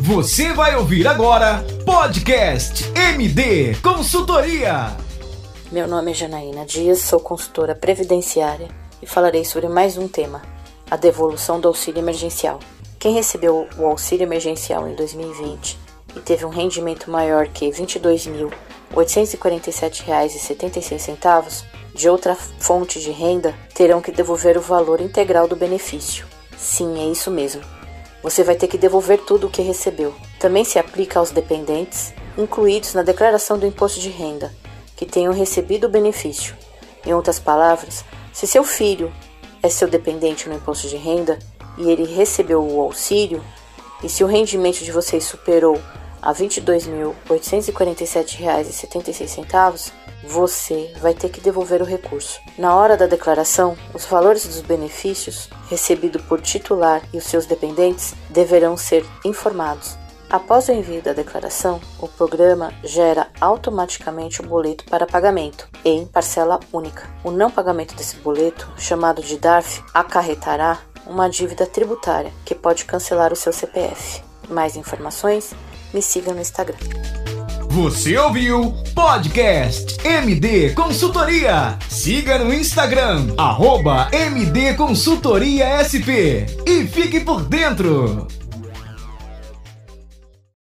Você vai ouvir agora Podcast MD Consultoria. Meu nome é Janaína Dias, sou consultora previdenciária e falarei sobre mais um tema, a devolução do auxílio emergencial. Quem recebeu o auxílio emergencial em 2020 e teve um rendimento maior que R$ 22.847,76 de outra fonte de renda, terão que devolver o valor integral do benefício. Sim, é isso mesmo. Você vai ter que devolver tudo o que recebeu. Também se aplica aos dependentes incluídos na declaração do imposto de renda, que tenham recebido o benefício. Em outras palavras, se seu filho é seu dependente no imposto de renda e ele recebeu o auxílio, e se o rendimento de vocês superou a R$ 22.847,76, você vai ter que devolver o recurso. Na hora da declaração, os valores dos benefícios recebidos por titular e os seus dependentes deverão ser informados. Após o envio da declaração, o programa gera automaticamente o boleto para pagamento, em parcela única. O não pagamento desse boleto, chamado de DARF, acarretará uma dívida tributária, que pode cancelar o seu CPF. Mais informações? Me siga no Instagram. Você ouviu Podcast MD Consultoria. Siga no Instagram, @MD Consultoria SP. E fique por dentro.